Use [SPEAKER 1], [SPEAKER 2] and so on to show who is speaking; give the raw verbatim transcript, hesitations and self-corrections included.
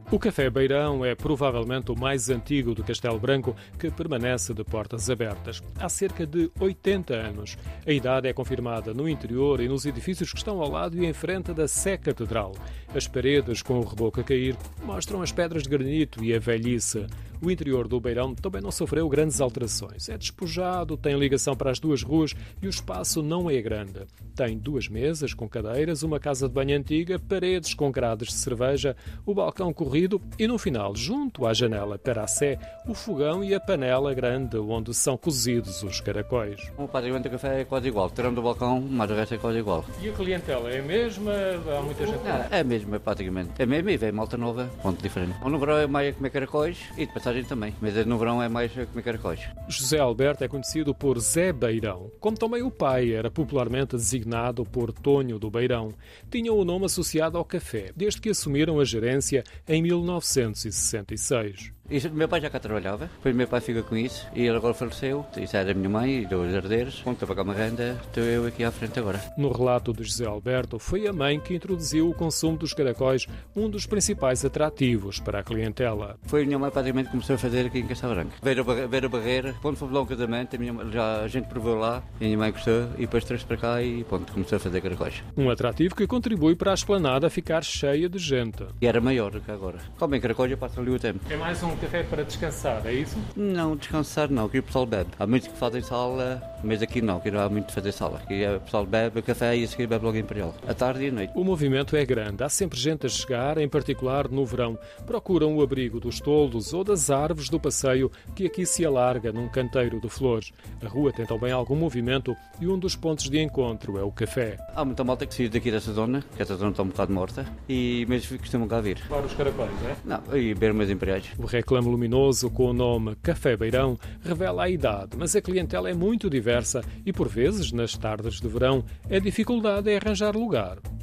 [SPEAKER 1] O Café Beirão é provavelmente o mais antigo do Castelo Branco que permanece de portas abertas. Há cerca de oitenta anos. A idade é confirmada no interior e nos edifícios que estão ao lado e em frente da Sé Catedral. As paredes, com o reboco a cair, mostram as pedras de granito e a velhice. O interior do Beirão também não sofreu grandes alterações. É despojado, tem ligação para as duas ruas e o espaço não é grande. Tem duas mesas com cadeiras, uma casa de banho antiga, paredes com grades de cerveja, o balcão corrido e, no final, junto à janela para a Sé, o fogão e a panela grande onde são cozidos os caracóis.
[SPEAKER 2] O praticamente o café é quase igual. Tirando o balcão, mas o resto é quase igual.
[SPEAKER 1] E a clientela é a mesma? Há muita gente?
[SPEAKER 2] É, é mesmo, é praticamente. É mesmo e vem malta nova, ponto diferente. No verão é mais a comer caracóis e de passagem também. Mas no verão é mais a comer caracóis.
[SPEAKER 1] José Alberto é conhecido por Zé Beirão, como também o pai era popularmente designado por Tonho do Beirão. Tinham o nome associado ao café, desde que assumiram a gerência em mil novecentos e sessenta e seis.
[SPEAKER 2] Isso, meu pai já cá trabalhava, depois meu pai fica com isso e ele agora faleceu. Isso é da minha mãe e dos herdeiros. Quando estou a pagar uma renda, estou eu aqui à frente agora.
[SPEAKER 1] No relato de José Alberto, foi a mãe que introduziu o consumo dos caracóis, um dos principais atrativos para a clientela.
[SPEAKER 2] Foi a minha mãe praticamente que começou a fazer aqui em Castelo Branco. Ver a, barre ver a barreira, quando foi lá um casamento, a, minha, já, a gente provou lá, a minha mãe gostou e depois trouxe para cá e pronto, começou a fazer caracóis.
[SPEAKER 1] Um atrativo que contribui para a esplanada ficar cheia de gente.
[SPEAKER 2] E era maior do que agora. Comem caracóis e passam ali o tempo.
[SPEAKER 1] É mais um café para descansar, é isso?
[SPEAKER 2] Não, descansar não, aqui o pessoal bebe. Há muitos que fazem sala, mas aqui não, aqui não há muito de fazer sala. Aqui o pessoal bebe café e a seguir bebe logo Imperial, à tarde e à noite.
[SPEAKER 1] O movimento é grande, há sempre gente a chegar, em particular no verão. Procuram o abrigo dos toldos ou das árvores do passeio que aqui se alarga num canteiro de flores. A rua tem também algum movimento e um dos pontos de encontro é o café.
[SPEAKER 2] Há muita malta que saiu daqui dessa zona, que essa zona está um bocado morta, e mesmo costumam cá vir.
[SPEAKER 1] Para os caracóis, é?
[SPEAKER 2] Não, e beber meus Imperiais.
[SPEAKER 1] O reclame luminoso com o nome Café Beirão revela a idade, mas a clientela é muito diversa e, por vezes, nas tardes de verão, a dificuldade é arranjar lugar.